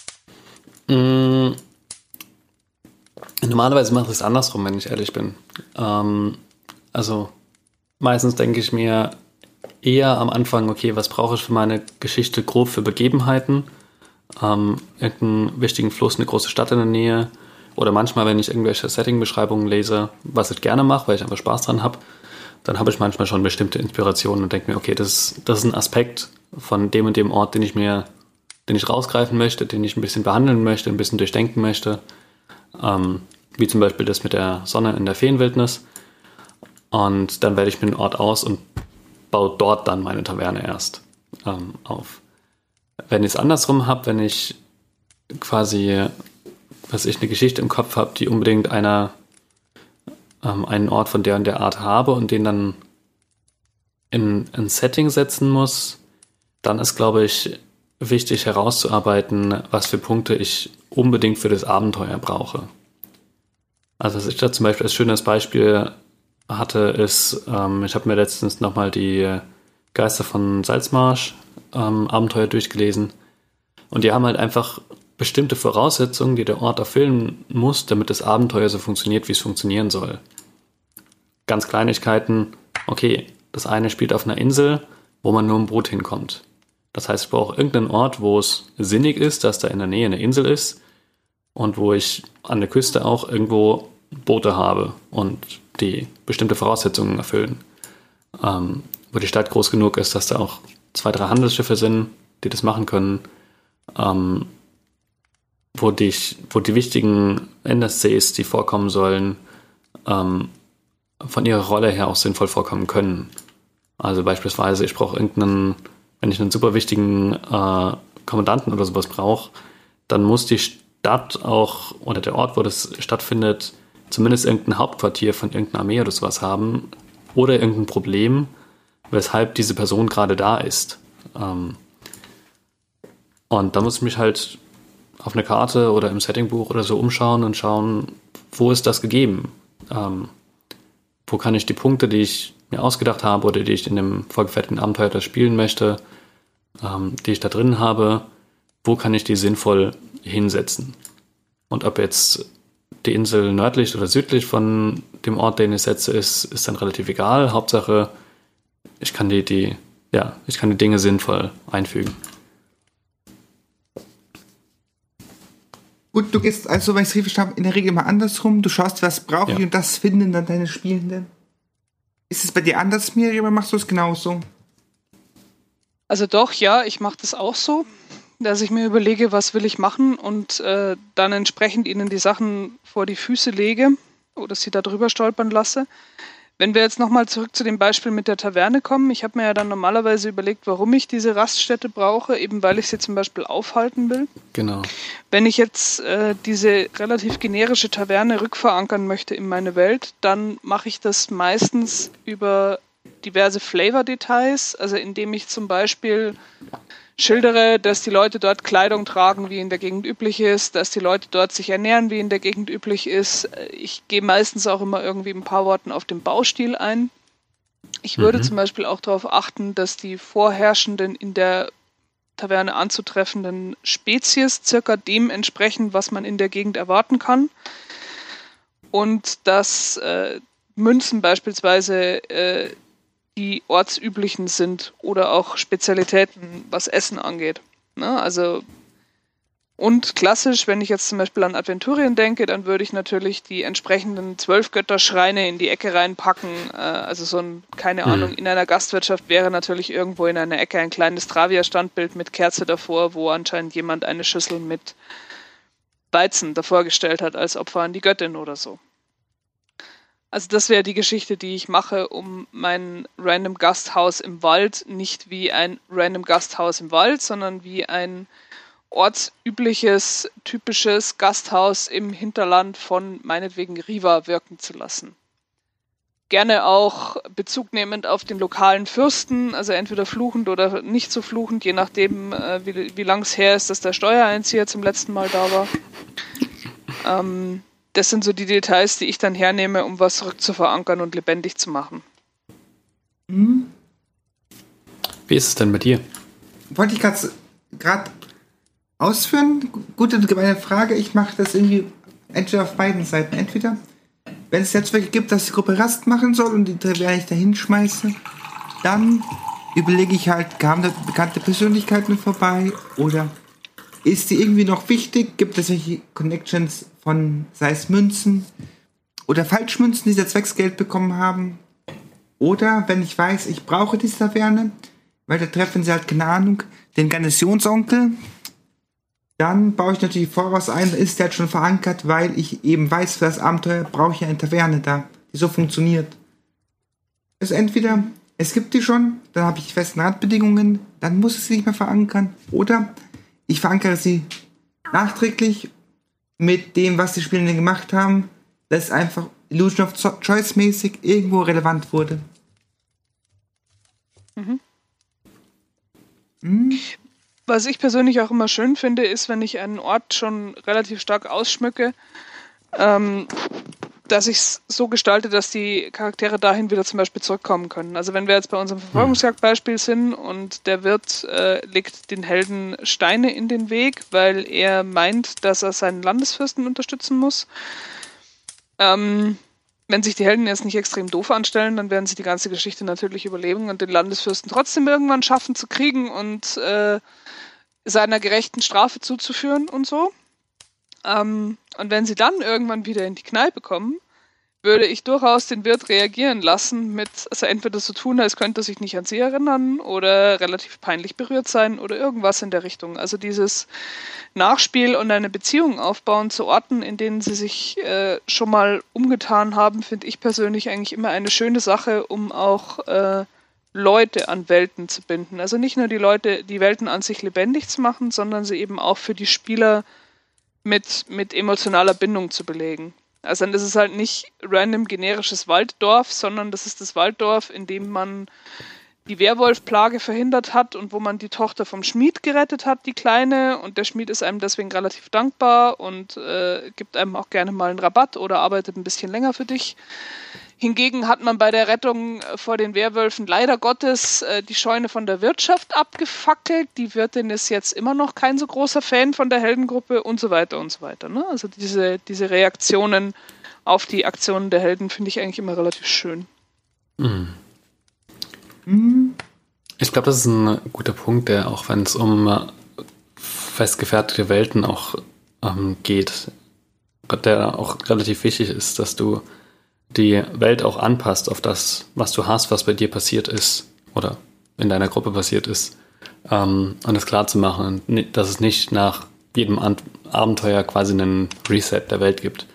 Normalerweise mache ich es andersrum, wenn ich ehrlich bin. Also meistens denke ich mir eher am Anfang, okay, was brauche ich für meine Geschichte grob für Begebenheiten? Irgendeinen wichtigen Fluss, eine große Stadt in der Nähe. Oder manchmal, wenn ich irgendwelche Setting-Beschreibungen lese, was ich gerne mache, weil ich einfach Spaß dran habe, dann habe ich manchmal schon bestimmte Inspirationen und denke mir, okay, das ist ein Aspekt von dem und dem Ort, den ich rausgreifen möchte, den ich ein bisschen behandeln möchte, ein bisschen durchdenken möchte. Wie zum Beispiel das mit der Sonne in der Feenwildnis. Und dann wähle ich mir den Ort aus und baue dort dann meine Taverne erst auf. Wenn ich es andersrum habe, wenn ich quasi, eine Geschichte im Kopf habe, die unbedingt einen Ort von der und der Art habe und den dann in ein Setting setzen muss, dann ist, glaube ich, wichtig herauszuarbeiten, was für Punkte ich unbedingt für das Abenteuer brauche. Also was ich da zum Beispiel als schönes Beispiel hatte, ist, ich habe mir letztens nochmal die Geister von Salzmarsch Abenteuer durchgelesen und die haben halt einfach bestimmte Voraussetzungen, die der Ort erfüllen muss, damit das Abenteuer so funktioniert, wie es funktionieren soll. Ganz Kleinigkeiten, okay, das eine spielt auf einer Insel, wo man nur im Boot hinkommt. Das heißt, ich brauche irgendeinen Ort, wo es sinnig ist, dass da in der Nähe eine Insel ist und wo ich an der Küste auch irgendwo Boote habe und die bestimmte Voraussetzungen erfüllen. Wo die Stadt groß genug ist, dass da auch 2, 3 Handelsschiffe sind, die das machen können. Wo die wichtigen NSCs, die vorkommen sollen, von ihrer Rolle her auch sinnvoll vorkommen können. Also beispielsweise, ich brauche wenn ich einen super wichtigen Kommandanten oder sowas brauche, dann muss die Stadt auch, oder der Ort, wo das stattfindet, zumindest irgendein Hauptquartier von irgendeiner Armee oder sowas haben oder irgendein Problem, weshalb diese Person gerade da ist. Und da muss ich mich halt auf eine Karte oder im Settingbuch oder so umschauen und schauen, wo ist das gegeben? Wo kann ich die Punkte, die ich mir ausgedacht habe oder die ich in dem vorgefertigten Abenteuer da spielen möchte, die ich da drin habe, wo kann ich die sinnvoll hinsetzen? Und ob jetzt die Insel nördlich oder südlich von dem Ort, den ich setze, ist dann relativ egal. Hauptsache, ich kann die Dinge sinnvoll einfügen. Gut, du gehst also, wenn ich es richtig verstanden habe, in der Regel immer andersrum. Du schaust, was brauche ich und das finden dann deine Spielenden. Ist es bei dir anders, Miriam, oder machst du es genauso? Also doch, ja, ich mache das auch so, dass ich mir überlege, was will ich machen und dann entsprechend ihnen die Sachen vor die Füße lege oder sie da drüber stolpern lasse. Wenn wir jetzt nochmal zurück zu dem Beispiel mit der Taverne kommen, ich habe mir ja dann normalerweise überlegt, warum ich diese Raststätte brauche, eben weil ich sie zum Beispiel aufhalten will. Genau. Wenn ich jetzt diese relativ generische Taverne rückverankern möchte in meine Welt, dann mache ich das meistens über diverse Flavor-Details, also indem ich zum Beispiel schildere, dass die Leute dort Kleidung tragen, wie in der Gegend üblich ist, dass die Leute dort sich ernähren, wie in der Gegend üblich ist. Ich gehe meistens auch immer irgendwie ein paar Worten auf den Baustil ein. Ich würde zum Beispiel auch darauf achten, dass die vorherrschenden in der Taverne anzutreffenden Spezies circa dem entsprechen, was man in der Gegend erwarten kann. Und dass Münzen beispielsweise die ortsüblichen sind oder auch Spezialitäten, was Essen angeht. Ne? Also, und klassisch, wenn ich jetzt zum Beispiel an Aventurien denke, dann würde ich natürlich die entsprechenden 12 Götterschreine in die Ecke reinpacken. Also so ein, keine Ahnung, in einer Gastwirtschaft wäre natürlich irgendwo in einer Ecke ein kleines Travia-Standbild mit Kerze davor, wo anscheinend jemand eine Schüssel mit Weizen davor gestellt hat als Opfer an die Göttin oder so. Also das wäre die Geschichte, die ich mache, um mein Random Gasthaus im Wald nicht wie ein Random Gasthaus im Wald, sondern wie ein ortsübliches, typisches Gasthaus im Hinterland von meinetwegen Riva wirken zu lassen. Gerne auch Bezug nehmend auf den lokalen Fürsten, also entweder fluchend oder nicht so fluchend, je nachdem, wie lang es her ist, dass der Steuereinzieher zum letzten Mal da war. Das sind so die Details, die ich dann hernehme, um was rückzuverankern und lebendig zu machen. Wie ist es denn mit dir? Wollte ich gerade ausführen? Gute gemeine Frage. Ich mache das irgendwie entweder auf beiden Seiten. Entweder, wenn es jetzt wirklich gibt, dass die Gruppe Rast machen soll und die Taverne ich da hinschmeiße, dann überlege ich halt, kamen da bekannte Persönlichkeiten vorbei oder ist die irgendwie noch wichtig? Gibt es welche Connections von, sei es Münzen oder Falschmünzen, die Zwecksgeld bekommen haben? Oder wenn ich weiß, ich brauche diese Taverne, weil da treffen sie halt, keine Ahnung, den Garnisonsonkel, dann baue ich natürlich voraus ein, ist der halt schon verankert, weil ich eben weiß, für das Abenteuer brauche ich eine Taverne da, die so funktioniert. Also entweder, es gibt die schon, dann habe ich die festen Randbedingungen, dann muss ich sie nicht mehr verankern, oder ich verankere sie nachträglich mit dem, was die Spielenden gemacht haben, dass es einfach Illusion of Choice mäßig irgendwo relevant wurde. Was ich persönlich auch immer schön finde, ist, wenn ich einen Ort schon relativ stark ausschmücke, dass ich es so gestalte, dass die Charaktere dahin wieder zum Beispiel zurückkommen können. Also wenn wir jetzt bei unserem Verfolgungsjagdbeispiel sind und der Wirt legt den Helden Steine in den Weg, weil er meint, dass er seinen Landesfürsten unterstützen muss. Wenn sich die Helden jetzt nicht extrem doof anstellen, dann werden sie die ganze Geschichte natürlich überleben und den Landesfürsten trotzdem irgendwann schaffen zu kriegen und seiner gerechten Strafe zuzuführen und so. Und wenn sie dann irgendwann wieder in die Kneipe kommen, würde ich durchaus den Wirt reagieren lassen mit, also entweder so tun, als könnte er sich nicht an sie erinnern oder relativ peinlich berührt sein oder irgendwas in der Richtung. Also dieses Nachspiel und eine Beziehung aufbauen zu Orten, in denen sie sich schon mal umgetan haben, finde ich persönlich eigentlich immer eine schöne Sache, um auch Leute an Welten zu binden. Also nicht nur die Welten an sich lebendig zu machen, sondern sie eben auch für die Spieler mit emotionaler Bindung zu belegen. Also das ist halt nicht random generisches Walddorf, sondern das ist das Walddorf, in dem man die Werwolfplage verhindert hat und wo man die Tochter vom Schmied gerettet hat, die Kleine, und der Schmied ist einem deswegen relativ dankbar und gibt einem auch gerne mal einen Rabatt oder arbeitet ein bisschen länger für dich. Hingegen hat man bei der Rettung vor den Werwölfen leider Gottes die Scheune von der Wirtschaft abgefackelt. Die Wirtin ist jetzt immer noch kein so großer Fan von der Heldengruppe und so weiter und so weiter. Ne? Also diese Reaktionen auf die Aktionen der Helden finde ich eigentlich immer relativ schön. Ich glaube, das ist ein guter Punkt, der auch wenn es um festgefertigte Welten auch geht, der auch relativ wichtig ist, dass du die Welt auch anpasst auf das, was du hast, was bei dir passiert ist oder in deiner Gruppe passiert ist. Und das klar zu machen, dass es nicht nach jedem Abenteuer quasi einen Reset der Welt gibt.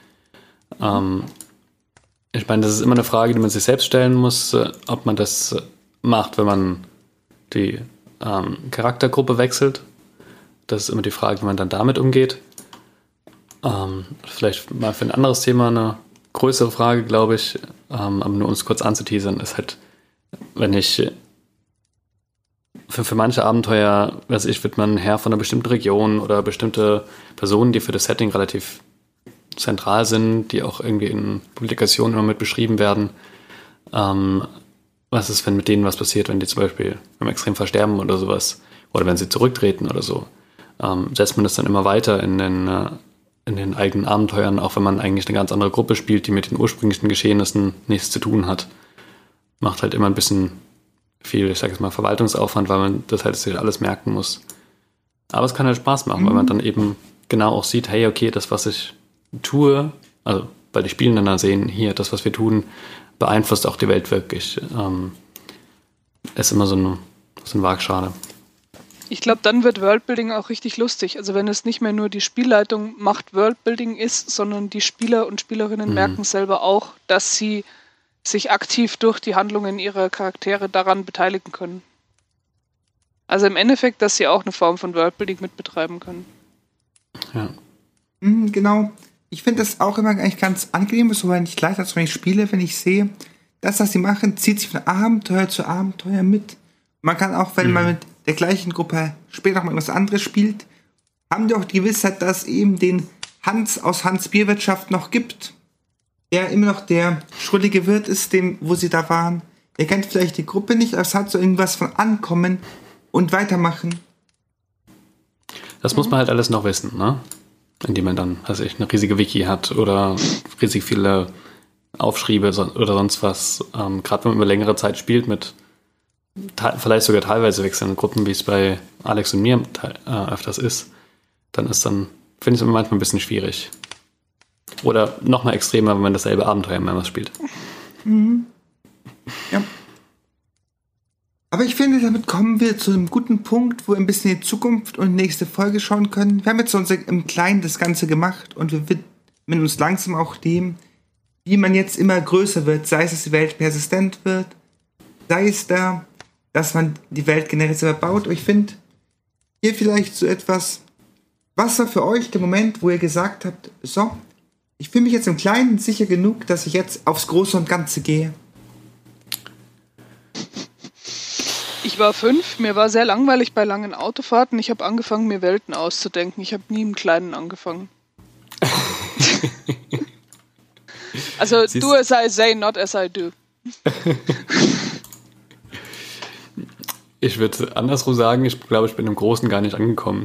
Ich meine, das ist immer eine Frage, die man sich selbst stellen muss, ob man das macht, wenn man die Charaktergruppe wechselt. Das ist immer die Frage, wie man dann damit umgeht. Vielleicht mal für ein anderes Thema eine größere Frage, glaube ich, aber nur uns kurz anzuteasern, ist halt, wenn ich für manche Abenteuer, wird man Herr von einer bestimmten Region oder bestimmte Personen, die für das Setting relativ zentral sind, die auch irgendwie in Publikationen immer mit beschrieben werden. Was ist, wenn mit denen was passiert, wenn die zum Beispiel im Extrem versterben oder sowas, oder wenn sie zurücktreten oder so? Setzt man das dann immer weiter in den eigenen Abenteuern, auch wenn man eigentlich eine ganz andere Gruppe spielt, die mit den ursprünglichen Geschehnissen nichts zu tun hat. Macht halt immer ein bisschen viel, ich sage jetzt mal, Verwaltungsaufwand, weil man das halt sich alles merken muss. Aber es kann halt Spaß machen, weil man dann eben genau auch sieht, hey, okay, das, was ich tue, also weil die Spielenden dann sehen, hier, das, was wir tun, beeinflusst auch die Welt wirklich. Ist immer so eine Waagschale. Ich glaube, dann wird Worldbuilding auch richtig lustig. Also wenn es nicht mehr nur die Spielleitung macht Worldbuilding ist, sondern die Spieler und Spielerinnen merken selber auch, dass sie sich aktiv durch die Handlungen ihrer Charaktere daran beteiligen können. Also im Endeffekt, dass sie auch eine Form von Worldbuilding mit betreiben können. Ja. Genau. Ich finde das auch immer eigentlich ganz angenehm, so wenn ich gleich als wenn ich spiele, wenn ich sehe, das, was sie machen, zieht sich von Abenteuer zu Abenteuer mit. Man kann auch, wenn man mit der gleichen Gruppe später noch mal etwas anderes spielt, haben die auch die Gewissheit, dass eben den Hans aus Hans Bierwirtschaft noch gibt, der immer noch der schrullige Wirt ist, wo sie da waren. Er kennt vielleicht die Gruppe nicht, aber es hat so irgendwas von Ankommen und Weitermachen. Das muss man halt alles noch wissen, ne? Indem man dann, also eine riesige Wiki hat oder riesig viele Aufschriebe oder sonst was. Gerade wenn man über längere Zeit spielt mit vielleicht sogar teilweise wechselnden Gruppen, wie es bei Alex und mir öfters ist, finde ich es immer manchmal ein bisschen schwierig. Oder noch mal extremer, wenn man dasselbe Abenteuer mehrmals spielt. Ja. Aber ich finde, damit kommen wir zu einem guten Punkt, wo wir ein bisschen in die Zukunft und nächste Folge schauen können. Wir haben jetzt so im Kleinen das Ganze gemacht und wir widmen uns langsam auch dem, wie man jetzt immer größer wird, sei es, dass die Welt persistent wird, sei es da, dass man die Welt generell selber baut. Aber ich finde, hier vielleicht so etwas, was war für euch der Moment, wo ihr gesagt habt, so, ich fühle mich jetzt im Kleinen sicher genug, dass ich jetzt aufs Große und Ganze gehe? Ich war 5, mir war sehr langweilig bei langen Autofahrten. Ich habe angefangen, mir Welten auszudenken. Ich habe nie im Kleinen angefangen. Also, do as I say, not as I do. Ich würde andersrum sagen, ich glaube, ich bin im Großen gar nicht angekommen.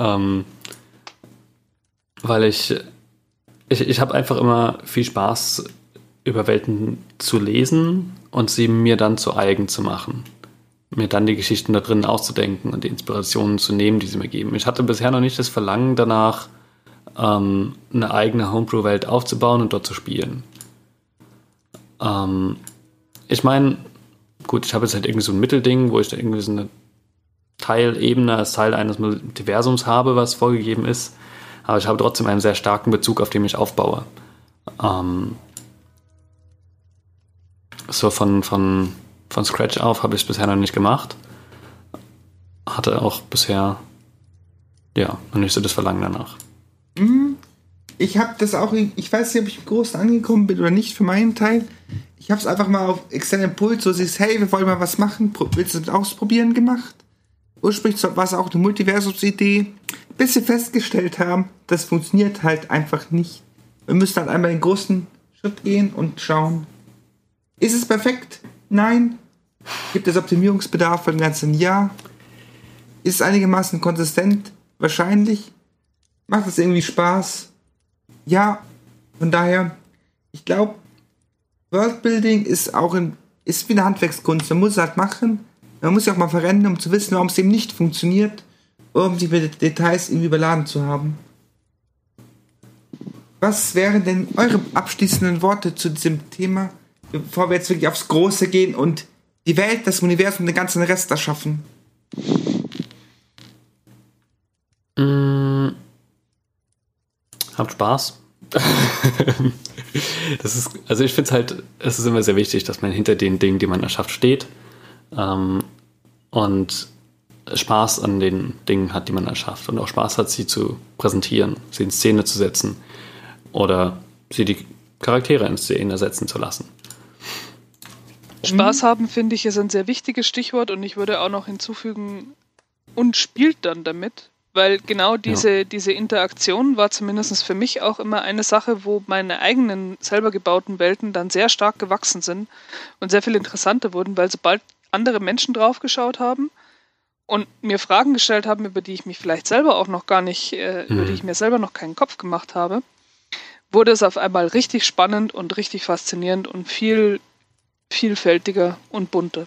Weil ich habe einfach immer viel Spaß, über Welten zu lesen und sie mir dann zu eigen zu machen. Mir dann die Geschichten da drin auszudenken und die Inspirationen zu nehmen, die sie mir geben. Ich hatte bisher noch nicht das Verlangen danach, eine eigene Homebrew-Welt aufzubauen und dort zu spielen. Ich meine, gut, ich habe jetzt halt irgendwie so ein Mittelding, wo ich da irgendwie so eine Teilebene als Teil eines Multiversums habe, was vorgegeben ist. Aber ich habe trotzdem einen sehr starken Bezug, auf den ich aufbaue. So von Scratch auf habe ich es bisher noch nicht gemacht. Hatte auch bisher noch nicht so das Verlangen danach. Ich habe das auch, ich weiß nicht, ob ich im Großen angekommen bin oder nicht für meinen Teil. Ich habe es einfach mal auf externen Impuls, so siehst, hey, wir wollen mal was machen, willst du das ausprobieren gemacht? Ursprünglich war es auch eine Multiversumsidee, bis wir festgestellt haben, das funktioniert halt einfach nicht. Wir müssen halt einmal den großen Schritt gehen und schauen, ist es perfekt? Nein. Gibt es Optimierungsbedarf für ein ganzes Jahr? Ist es einigermaßen konsistent? Wahrscheinlich. Macht es irgendwie Spaß? Ja. Von daher, ich glaube, Worldbuilding ist wie eine Handwerkskunst. Man muss es halt machen. Man muss ja auch mal verrennen, um zu wissen, warum es eben nicht funktioniert, um die Details irgendwie überladen zu haben. Was wären denn eure abschließenden Worte zu diesem Thema, bevor wir jetzt wirklich aufs Große gehen und die Welt, das Universum, den ganzen Rest erschaffen? Habt Spaß. Also ich finde es halt, es ist immer sehr wichtig, dass man hinter den Dingen, die man erschafft, steht und Spaß an den Dingen hat, die man erschafft und auch Spaß hat, sie zu präsentieren, sie in Szene zu setzen oder sie die Charaktere in Szene setzen zu lassen. Spaß haben, finde ich, ist ein sehr wichtiges Stichwort und ich würde auch noch hinzufügen, und spielt dann damit, weil genau diese Interaktion war zumindest für mich auch immer eine Sache, wo meine eigenen selber gebauten Welten dann sehr stark gewachsen sind und sehr viel interessanter wurden, weil sobald andere Menschen draufgeschaut haben und mir Fragen gestellt haben, über die ich mich vielleicht selber auch noch gar nicht, über die ich mir selber noch keinen Kopf gemacht habe, wurde es auf einmal richtig spannend und richtig faszinierend und viel vielfältiger und bunter.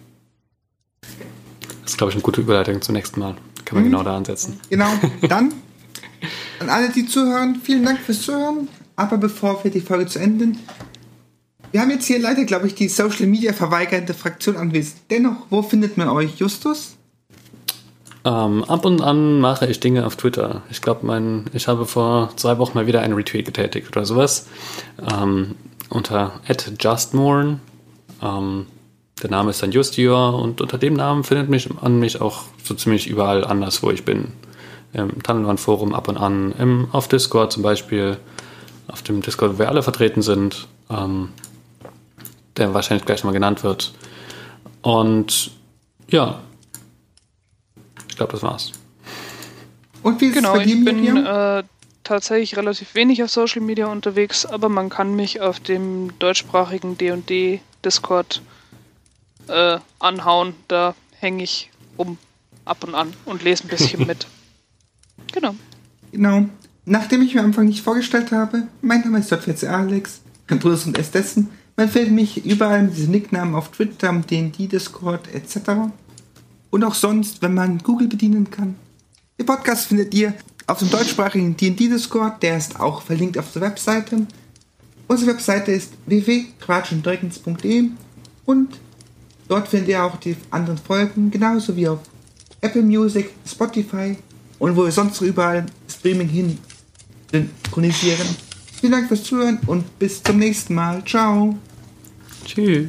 Das ist, glaube ich, eine gute Überleitung zum nächsten Mal. Kann man genau da ansetzen. Genau, dann an alle, die zuhören, vielen Dank fürs Zuhören. Aber bevor wir die Folge zu enden, wir haben jetzt hier leider, glaube ich, die Social Media verweigernde Fraktion anwesend. Dennoch, wo findet man euch, Justus? Ab und an mache ich Dinge auf Twitter. Ich glaube, ich habe vor 2 Wochen mal wieder einen Retweet getätigt oder sowas. Unter @justmorn. Der Name ist dann Justior und unter dem Namen findet man mich auch so ziemlich überall anders, wo ich bin. Im Tunnelwand-Forum ab und an, auf Discord zum Beispiel, auf dem Discord, wo wir alle vertreten sind, der wahrscheinlich gleich mal genannt wird. Und ja, ich glaube, das war's. Und wie ist es bei dir, ich bin Miriam? tatsächlich relativ wenig auf Social Media unterwegs, aber man kann mich auf dem deutschsprachigen D&D Discord anhauen. Da hänge ich rum ab und an und lese ein bisschen mit. Genau. Nachdem ich mir am Anfang nicht vorgestellt habe, mein Name ist JVC Alex, Bruder und Estessen. Man findet mich überall mit diesen Nicknamen auf Twitter, am D&D Discord etc. Und auch sonst, wenn man Google bedienen kann. Den Podcast findet ihr auf dem deutschsprachigen D&D Discord, der ist auch verlinkt auf der Webseite. Unsere Webseite ist www.quatschunddragons.de und dort findet ihr auch die anderen Folgen, genauso wie auf Apple Music, Spotify und wo wir sonst überall Streaming hin synchronisieren. Vielen Dank fürs Zuhören und bis zum nächsten Mal. Ciao. Tschüss.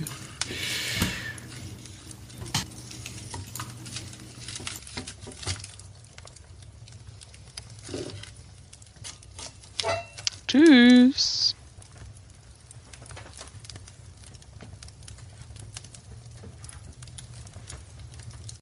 Tschüss.